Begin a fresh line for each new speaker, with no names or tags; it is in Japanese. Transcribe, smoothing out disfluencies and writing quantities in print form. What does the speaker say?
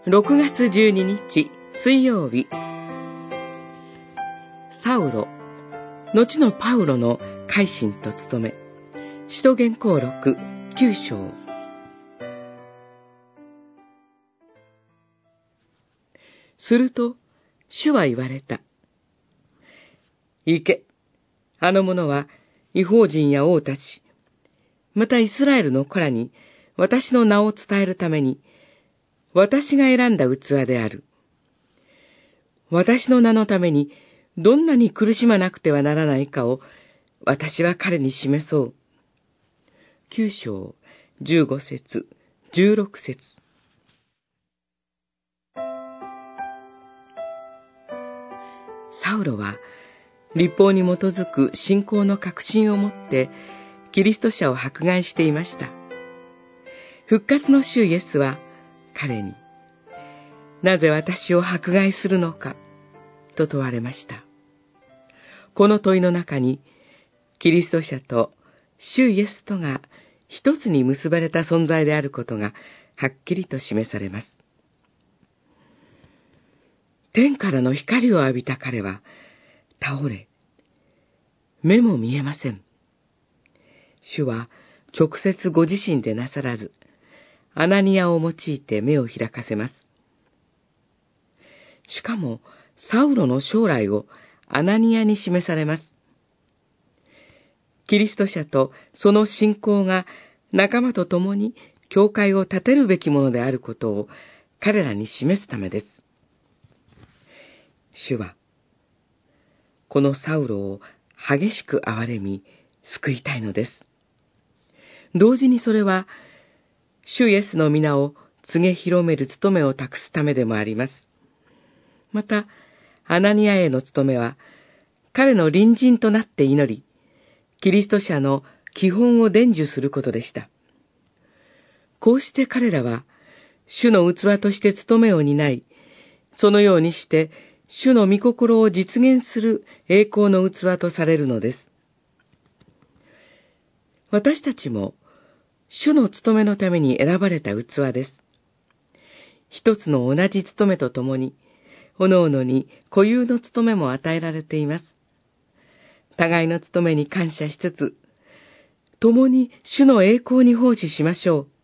6月12日水曜日、サウロ、後のパウロの改心と務め、使徒言行録9章。すると、主は言われた。行け、あの者は異邦人や王たち、またイスラエルの子らに私の名を伝えるために、私が選んだ器である。私の名のためにどんなに苦しまなくてはならないかを私は彼に示そう。9章15節16節。サウロは律法に基づく信仰の確信を持ってキリスト者を迫害していました。復活の主イエスは彼に、なぜ私を迫害するのかと問われました。この問いの中に、キリスト者と主イエスとが一つに結ばれた存在であることがはっきりと示されます。天からの光を浴びた彼は倒れ、目も見えません。主は直接ご自身でなさらず、アナニアを用いて目を開かせます。しかも、サウロの将来をアナニアに示されます。キリスト者とその信仰が仲間と共に教会を建てるべきものであることを彼らに示すためです。主は、このサウロを激しく憐れみ、救いたいのです。同時にそれは、主イエスの皆を告げ広める務めを託すためでもあります。また、アナニアへの務めは、彼の隣人となって祈り、キリスト者の基本を伝授することでした。こうして彼らは、主の器として務めを担い、そのようにして、主の御心を実現する栄光の器とされるのです。私たちも、主の務めのために選ばれた器です。一つの同じ務めとともに、各々に固有の務めも与えられています。互いの務めに感謝しつつ、共に主の栄光に奉仕しましょう。